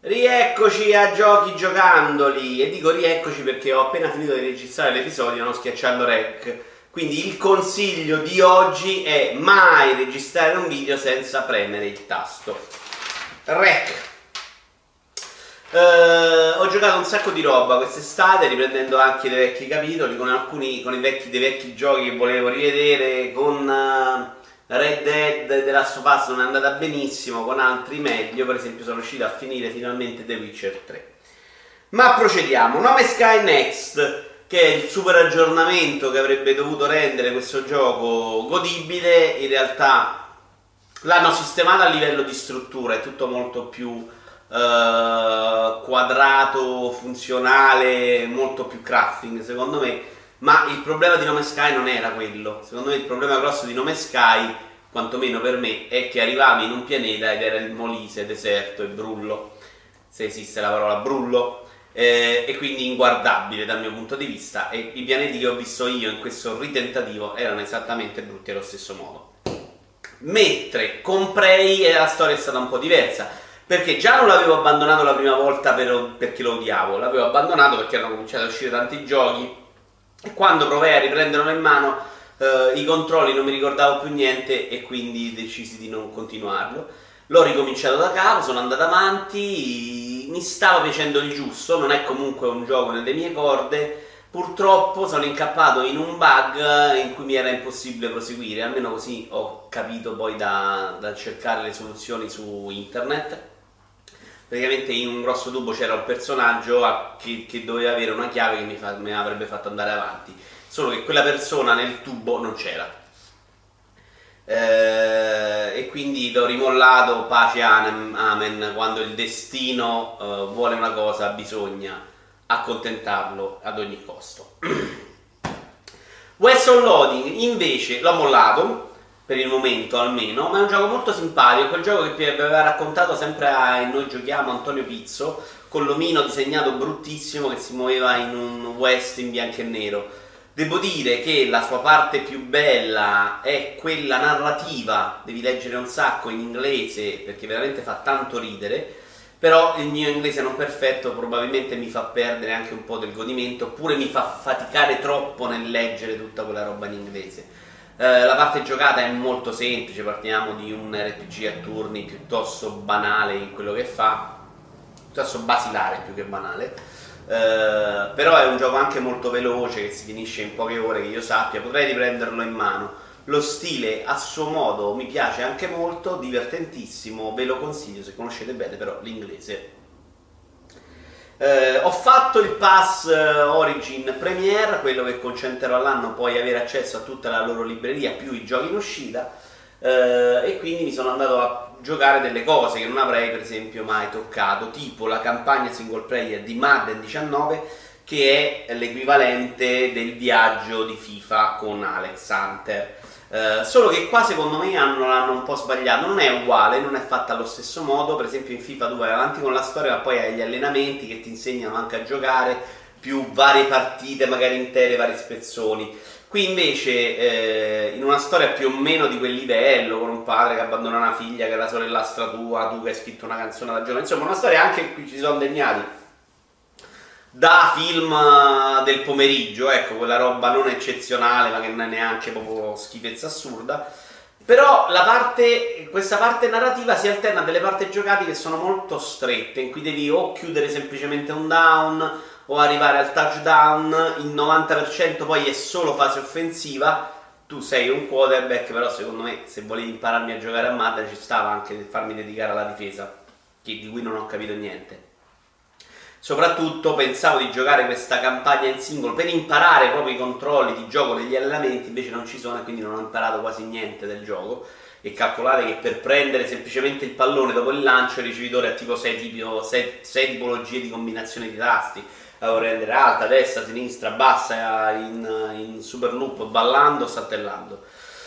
Rieccoci a Giochi Giocandoli, e dico rieccoci perché ho appena finito di registrare l'episodio non schiacciando rec. Quindi il consiglio di oggi è mai registrare un video senza premere il tasto rec. Ho giocato un sacco di roba quest'estate, riprendendo anche dei vecchi capitoli, con dei vecchi giochi che volevo rivedere, con Red Dead e The Last of Us non è andata benissimo, con altri meglio. Per esempio sono riuscito a finire finalmente The Witcher 3. Ma procediamo. No Man's Sky Next, che è il super aggiornamento che avrebbe dovuto rendere questo gioco godibile, in realtà l'hanno sistemato a livello di struttura, è tutto molto più quadrato, funzionale, molto più crafting secondo me. Ma il problema di No Man's Sky non era quello. Secondo me il problema grosso di No Man's Sky, quantomeno per me, è che arrivavi in un pianeta ed era il Molise, deserto e brullo, se esiste la parola brullo, e quindi inguardabile dal mio punto di vista, e i pianeti che ho visto io in questo ritentativo erano esattamente brutti allo stesso modo. Mentre con Prey la storia è stata un po' diversa, perché già non l'avevo abbandonato la prima volta perché lo odiavo, l'avevo abbandonato perché erano cominciati a uscire tanti giochi. E quando provai a riprenderlo in mano, i controlli non mi ricordavo più niente e quindi decisi di non continuarlo. L'ho ricominciato da capo, sono andato avanti, mi stava piacendo il giusto, non è comunque un gioco nelle mie corde. Purtroppo sono incappato in un bug in cui mi era impossibile proseguire, almeno così ho capito poi da cercare le soluzioni su internet. Praticamente in un grosso tubo c'era un personaggio che doveva avere una chiave che mi avrebbe fatto andare avanti, solo che quella persona nel tubo non c'era, e quindi l'ho rimollato, pace amen. Quando il destino vuole una cosa bisogna accontentarlo ad ogni costo. Western Loading invece l'ho mollato per il momento almeno, ma è un gioco molto simpatico, quel gioco che vi aveva raccontato sempre a Noi Giochiamo Antonio Pizzo, con l'omino disegnato bruttissimo che si muoveva in un west in bianco e nero. Devo dire che la sua parte più bella è quella narrativa, devi leggere un sacco in inglese perché veramente fa tanto ridere, però il mio inglese non perfetto probabilmente mi fa perdere anche un po' del godimento, oppure mi fa faticare troppo nel leggere tutta quella roba in inglese. La parte giocata è molto semplice, partiamo di un RPG a turni piuttosto banale in quello che fa, piuttosto basilare più che banale, però è un gioco anche molto veloce che si finisce in poche ore che io sappia, potrei riprenderlo in mano. Lo stile a suo modo mi piace anche molto, divertentissimo, ve lo consiglio se conoscete bene però l'inglese. Ho fatto il pass Origin Premier, quello che concentrerò all'anno, poi avere accesso a tutta la loro libreria più i giochi in uscita, e quindi mi sono andato a giocare delle cose che non avrei per esempio mai toccato, tipo la campagna single player di Madden 19, che è l'equivalente del viaggio di FIFA con Alex Hunter. Solo che qua secondo me l'hanno un po' sbagliato, non è uguale, non è fatta allo stesso modo. Per esempio in FIFA tu vai avanti con la storia, ma poi hai gli allenamenti che ti insegnano anche a giocare, più varie partite, magari intere, vari spezzoni. Qui invece in una storia più o meno di quel livello, con un padre che abbandona una figlia che è la sorellastra tua, tu che hai scritto una canzone da giovane, insomma una storia anche in cui ci sono degnati da film del pomeriggio, ecco, quella roba non eccezionale ma che non è neanche proprio schifezza assurda. Però questa parte narrativa si alterna a delle parti giocate che sono molto strette, in cui devi o chiudere semplicemente un down o arrivare al touchdown. Il 90% poi è solo fase offensiva, tu sei un quarterback, però secondo me se volevi impararmi a giocare a Madden ci stava anche farmi dedicare alla difesa, di cui non ho capito niente. Soprattutto pensavo di giocare questa campagna in singolo per imparare proprio i controlli di gioco degli allenamenti, invece non ci sono e quindi non ho imparato quasi niente del gioco. E calcolate che per prendere semplicemente il pallone dopo il lancio il ricevitore ha tipo 6 tipologie di combinazioni di tasti. Devo prendere alta, destra, sinistra, bassa, in super loop, ballando, saltellando.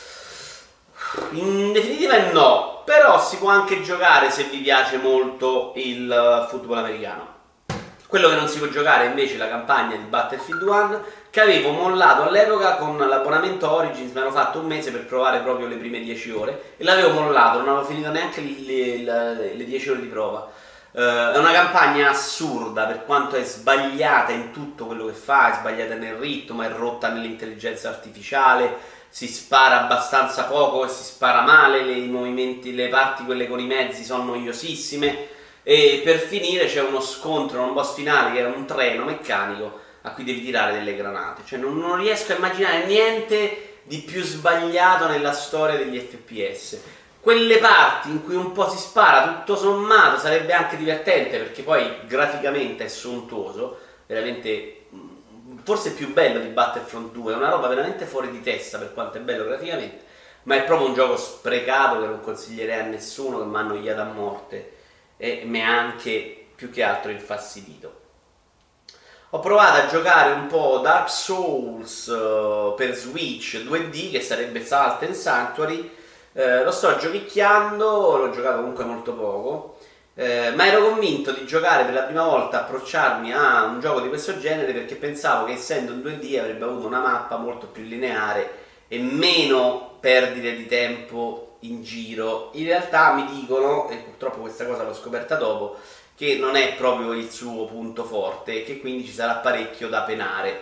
In definitiva no, però si può anche giocare se vi piace molto il football americano. Quello che non si può giocare invece è la campagna di Battlefield 1, che avevo mollato all'epoca con l'abbonamento Origins, mi ero fatto un mese per provare proprio le prime 10 ore e l'avevo mollato, non avevo finito neanche le 10 ore di prova. È una campagna assurda per quanto è sbagliata in tutto quello che fa, è sbagliata nel ritmo, è rotta nell'intelligenza artificiale, si spara abbastanza poco e si spara male, i movimenti, le parti quelle con i mezzi sono noiosissime, e per finire c'è uno scontro, un boss finale che è un treno meccanico a cui devi tirare delle granate. Cioè non riesco a immaginare niente di più sbagliato nella storia degli FPS. Quelle parti in cui un po' si spara, tutto sommato sarebbe anche divertente, perché poi graficamente è sontuoso, veramente forse più bello di Battlefront 2, è una roba veramente fuori di testa per quanto è bello graficamente, ma è proprio un gioco sprecato che non consiglierei a nessuno, che mi ha annoiato a morte e mi ha anche più che altro infastidito. Ho provato a giocare un po' Dark Souls per Switch 2D, che sarebbe Salt and Sanctuary. Lo sto giochicchiando, l'ho giocato comunque molto poco, ma ero convinto di giocare per la prima volta, approcciarmi a un gioco di questo genere, perché pensavo che essendo in 2D avrebbe avuto una mappa molto più lineare e meno perdite di tempo in giro. In realtà mi dicono, e purtroppo questa cosa l'ho scoperta dopo, che non è proprio il suo punto forte e che quindi ci sarà parecchio da penare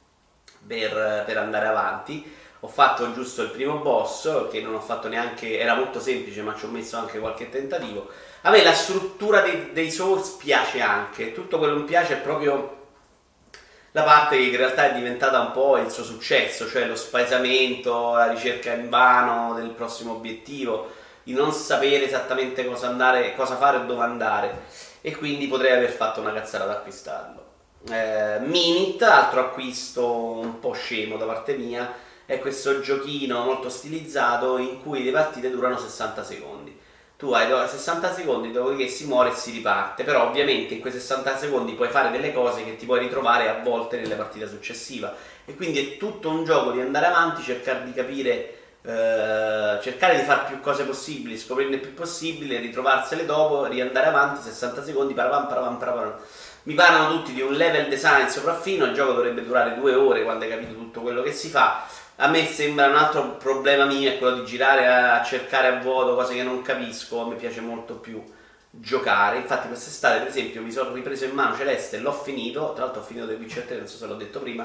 per andare avanti. Ho fatto giusto il primo boss, che non ho fatto neanche, era molto semplice, ma ci ho messo anche qualche tentativo. A me la struttura dei Souls piace anche, tutto quello che mi piace è proprio la parte che in realtà è diventata un po' il suo successo, cioè lo spaesamento, la ricerca invano del prossimo obiettivo, di non sapere esattamente cosa andare, cosa fare e dove andare, e quindi potrei aver fatto una cazzata ad acquistarlo. Minit, altro acquisto un po' scemo da parte mia, è questo giochino molto stilizzato in cui le partite durano 60 secondi. Tu hai 60 secondi, dopodiché si muore e si riparte, però ovviamente in quei 60 secondi puoi fare delle cose che ti puoi ritrovare a volte nella partita successiva, e quindi è tutto un gioco di andare avanti, cercare di capire, cercare di fare più cose possibili, scoprirne più possibili, ritrovarsele dopo, riandare avanti 60 secondi, paravam, paravam, paravam. Mi parlano tutti di un level design sopraffino, il gioco dovrebbe durare 2 ore quando hai capito tutto quello che si fa. A me sembra un altro problema mio è quello di girare a cercare a vuoto cose che non capisco. A me piace molto più giocare. Infatti quest'estate per esempio mi sono ripreso in mano Celeste, l'ho finito, tra l'altro ho finito The Witcher 3, non so se l'ho detto prima,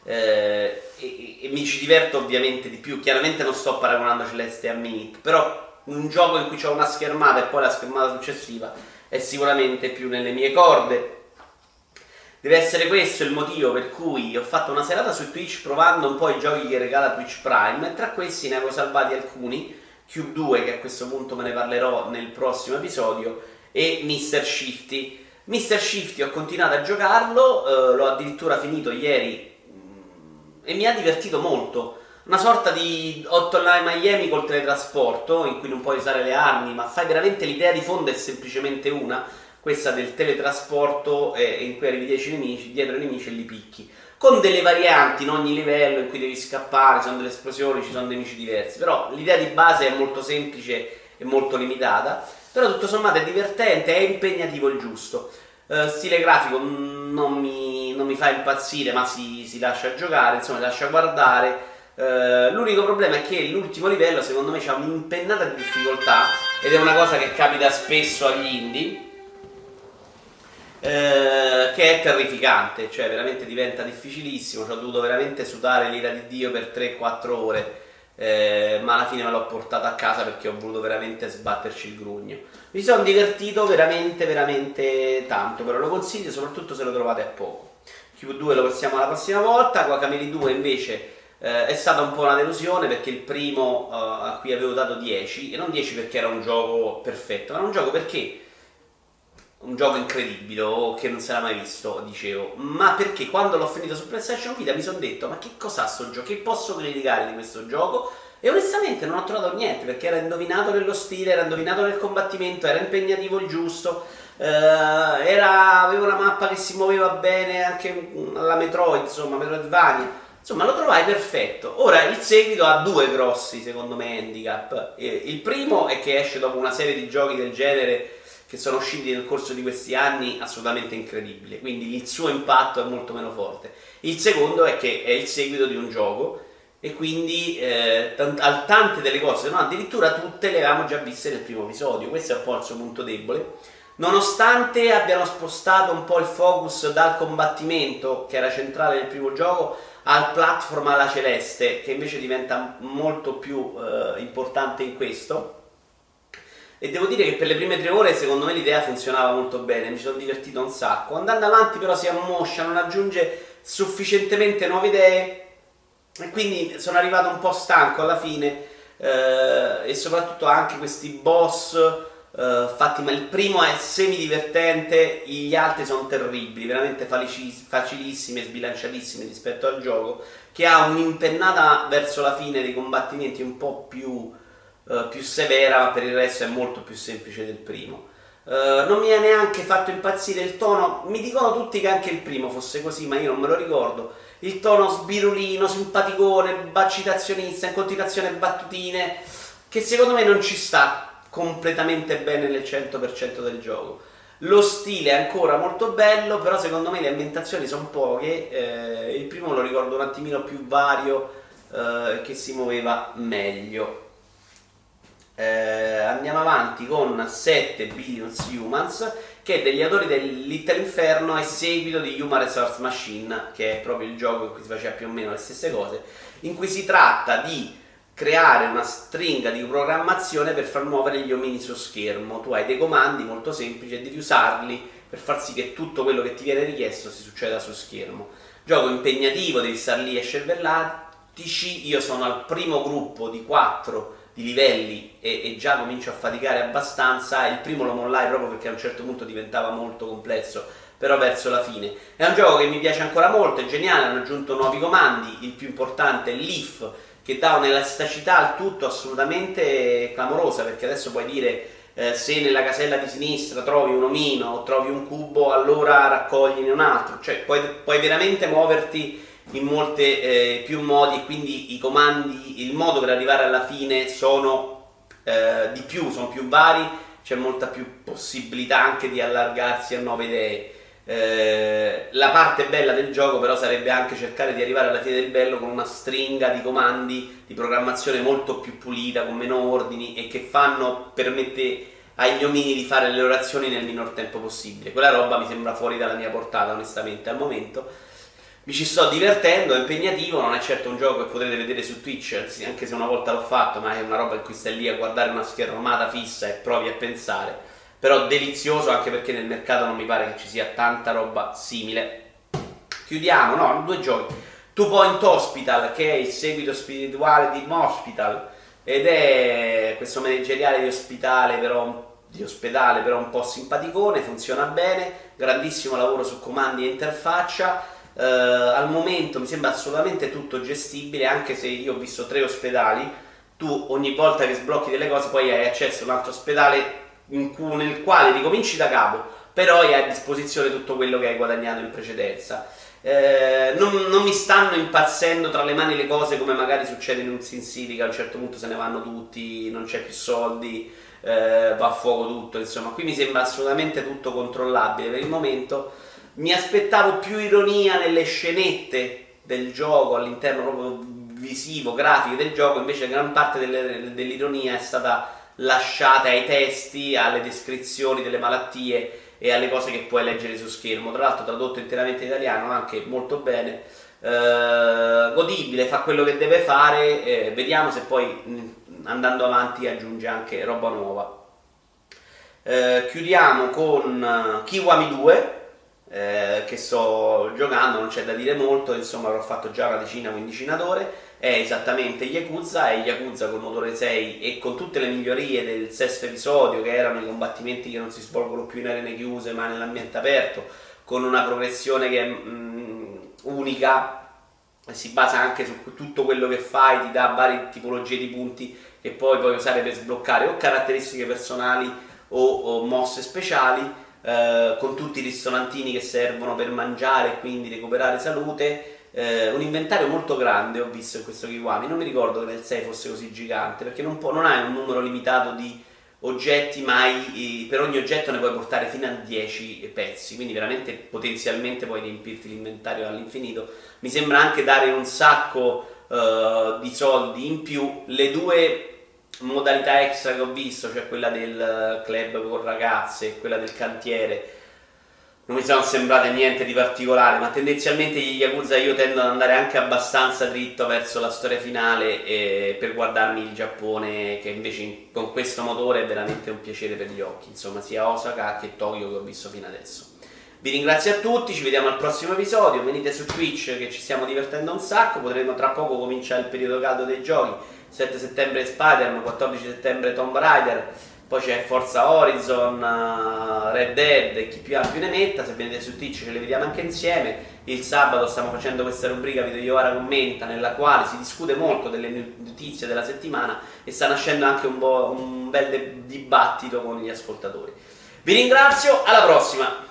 e mi ci diverto ovviamente di più. Chiaramente non sto paragonando Celeste a Minit, però un gioco in cui c'è una schermata e poi la schermata successiva è sicuramente più nelle mie corde. Deve essere questo il motivo per cui ho fatto una serata su Twitch provando un po' i giochi che regala Twitch Prime, e tra questi ne avevo salvati alcuni, Cube 2, che a questo punto me ne parlerò nel prossimo episodio, e Mr. Shifty. Mr. Shifty ho continuato a giocarlo, l'ho addirittura finito ieri e mi ha divertito molto. Una sorta di Hotline Miami col teletrasporto, in cui non puoi usare le armi, ma fai veramente, l'idea di fondo è semplicemente una, questa del teletrasporto, in cui arrivi 10 nemici, dietro i nemici e li picchi, con delle varianti in ogni livello in cui devi scappare, ci sono delle esplosioni, ci sono nemici diversi, però l'idea di base è molto semplice e molto limitata, però tutto sommato è divertente, è impegnativo il giusto. Stile grafico non mi fa impazzire, ma si lascia giocare, insomma si lascia guardare. L'unico problema è che l'ultimo livello secondo me c'ha un'impennata di difficoltà, ed è una cosa che capita spesso agli indie, che è terrificante, cioè veramente diventa difficilissimo. Ci ho dovuto veramente sudare l'ira di Dio per 3-4 ore, ma alla fine me l'ho portata a casa perché ho voluto veramente sbatterci il grugno. Mi sono divertito veramente veramente tanto, però lo consiglio soprattutto se lo trovate a poco. Q2 lo passiamo la prossima volta. Guacamelee 2 invece è stata un po' una delusione, perché il primo a cui avevo dato 10, e non 10 perché era un gioco perfetto, ma era un gioco perché un gioco incredibile o che non si era mai visto, dicevo, ma perché quando l'ho finito su PlayStation Vita mi sono detto: ma che cos'ha sto gioco, che posso criticare di questo gioco? E onestamente non ho trovato niente, perché era indovinato nello stile, era indovinato nel combattimento, era impegnativo il giusto, aveva una mappa che si muoveva bene anche alla Metroid, insomma Metroidvania, insomma lo trovai perfetto. Ora il seguito ha 2 grossi secondo me handicap. Il primo è che esce dopo una serie di giochi del genere che sono usciti nel corso di questi anni assolutamente incredibile, quindi il suo impatto è molto meno forte. Il secondo è che è il seguito di un gioco, e quindi tante delle cose, se no addirittura tutte, le avevamo già viste nel primo episodio. Questo è un po' il suo punto debole, Nonostante abbiano spostato un po' il focus dal combattimento, che era centrale nel primo gioco, al platform alla celeste, che invece diventa molto più importante in questo. E devo dire che per le prime 3 ore secondo me l'idea funzionava molto bene, mi sono divertito un sacco. Andando avanti però si ammoscia, non aggiunge sufficientemente nuove idee e quindi sono arrivato un po' stanco alla fine, e soprattutto anche questi boss fatti, ma il primo è semi divertente, gli altri sono terribili, veramente facilissimi e sbilanciatissimi rispetto al gioco, che ha un'impennata verso la fine dei combattimenti un po' più severa, ma per il resto è molto più semplice del primo. Non mi ha neanche fatto impazzire il tono, mi dicono tutti che anche il primo fosse così, ma io non me lo ricordo. Il tono sbirulino, simpaticone, citazionista, in continuazione battutine, che secondo me non ci sta completamente bene nel 100% del gioco. Lo stile è ancora molto bello, però secondo me le ambientazioni sono poche. Il primo lo ricordo un attimino più vario, che si muoveva meglio. Andiamo avanti con 7 Billions Humans, che è degli autori del Little Inferno e seguito di Human Resource Machine, che è proprio il gioco in cui si faceva più o meno le stesse cose, in cui si tratta di creare una stringa di programmazione per far muovere gli omini su schermo. Tu hai dei comandi molto semplici e devi usarli per far sì che tutto quello che ti viene richiesto si succeda su schermo. Gioco impegnativo, devi star lì a scervellatici. Io sono al primo gruppo di 4 di livelli e già comincio a faticare abbastanza. Il primo lo mollai proprio perché a un certo punto diventava molto complesso, però verso la fine. È un gioco che mi piace ancora molto, è geniale, hanno aggiunto nuovi comandi, il più importante è l'IF, che dà un'elasticità al tutto assolutamente clamorosa, perché adesso puoi dire se nella casella di sinistra trovi un omino o trovi un cubo, allora raccogliene un altro, cioè puoi veramente muoverti in molte più modi, e quindi i comandi, il modo per arrivare alla fine sono di più, sono più vari, c'è molta più possibilità anche di allargarsi a nuove idee. La parte bella del gioco però sarebbe anche cercare di arrivare alla fine del bello con una stringa di comandi di programmazione molto più pulita, con meno ordini e che permette agli omini di fare le loro azioni nel minor tempo possibile. Quella roba mi sembra fuori dalla mia portata onestamente al momento. Mi ci sto divertendo, è impegnativo, non è certo un gioco che potrete vedere su Twitch, anche se una volta l'ho fatto, ma è una roba in cui stai lì a guardare una schermata fissa e provi a pensare. Però delizioso, anche perché nel mercato non mi pare che ci sia tanta roba simile. Chiudiamo, no, 2 giochi. Two Point Hospital, che è il seguito spirituale di Hospital, ed è questo manageriale di ospedale però un po' simpaticone, funziona bene, grandissimo lavoro su comandi e interfaccia. Al momento mi sembra assolutamente tutto gestibile, anche se io ho visto 3 ospedali. Tu ogni volta che sblocchi delle cose poi hai accesso a un altro ospedale nel quale ricominci da capo, però hai a disposizione tutto quello che hai guadagnato in precedenza. Non mi stanno impazzendo tra le mani le cose come magari succede in un Sin City, che a un certo punto se ne vanno tutti, non c'è più soldi, va a fuoco tutto, insomma. Qui mi sembra assolutamente tutto controllabile per il momento. Mi aspettavo più ironia nelle scenette del gioco, all'interno proprio visivo, grafico del gioco, invece gran parte dell'ironia è stata lasciata ai testi, alle descrizioni delle malattie e alle cose che puoi leggere su schermo. Tra l'altro tradotto interamente in italiano, anche molto bene, godibile, fa quello che deve fare, vediamo se poi andando avanti aggiunge anche roba nuova. Chiudiamo con Kiwami 2, che sto giocando, non c'è da dire molto, insomma avrò fatto già una decina, quindicina d'ore. È esattamente Yakuza, è Yakuza col motore 6 e con tutte le migliorie del sesto episodio, che erano i combattimenti che non si svolgono più in arene chiuse ma nell'ambiente aperto, con una progressione che è unica, si basa anche su tutto quello che fai, ti dà varie tipologie di punti che poi puoi usare per sbloccare o caratteristiche personali o mosse speciali, con tutti i ristorantini che servono per mangiare e quindi recuperare salute. Un inventario molto grande ho visto in questo Kiwami, non mi ricordo che nel 6 fosse così gigante, perché non hai un numero limitato di oggetti, ma per ogni oggetto ne puoi portare fino a 10 pezzi, quindi veramente potenzialmente puoi riempirti l'inventario all'infinito. Mi sembra anche dare un sacco di soldi in più. Le 2 modalità extra che ho visto, cioè quella del club con ragazze e quella del cantiere, non mi sono sembrate niente di particolare, ma tendenzialmente gli Yakuza io tendo ad andare anche abbastanza dritto verso la storia finale per guardarmi il Giappone, che invece con questo motore è veramente un piacere per gli occhi, insomma, sia Osaka che Tokyo che ho visto fino adesso. Vi ringrazio a tutti, ci vediamo al prossimo episodio, venite su Twitch che ci stiamo divertendo un sacco, potremo tra poco cominciare il periodo caldo dei giochi, 7 settembre Spider-Man, 14 settembre Tomb Raider, poi c'è Forza Horizon, Red Dead e chi più ha più ne metta. Se venite su Twitch ce le vediamo anche insieme. Il sabato stiamo facendo questa rubrica Video Iovara Commenta, nella quale si discute molto delle notizie della settimana e sta nascendo anche un bel dibattito con gli ascoltatori. Vi ringrazio, alla prossima!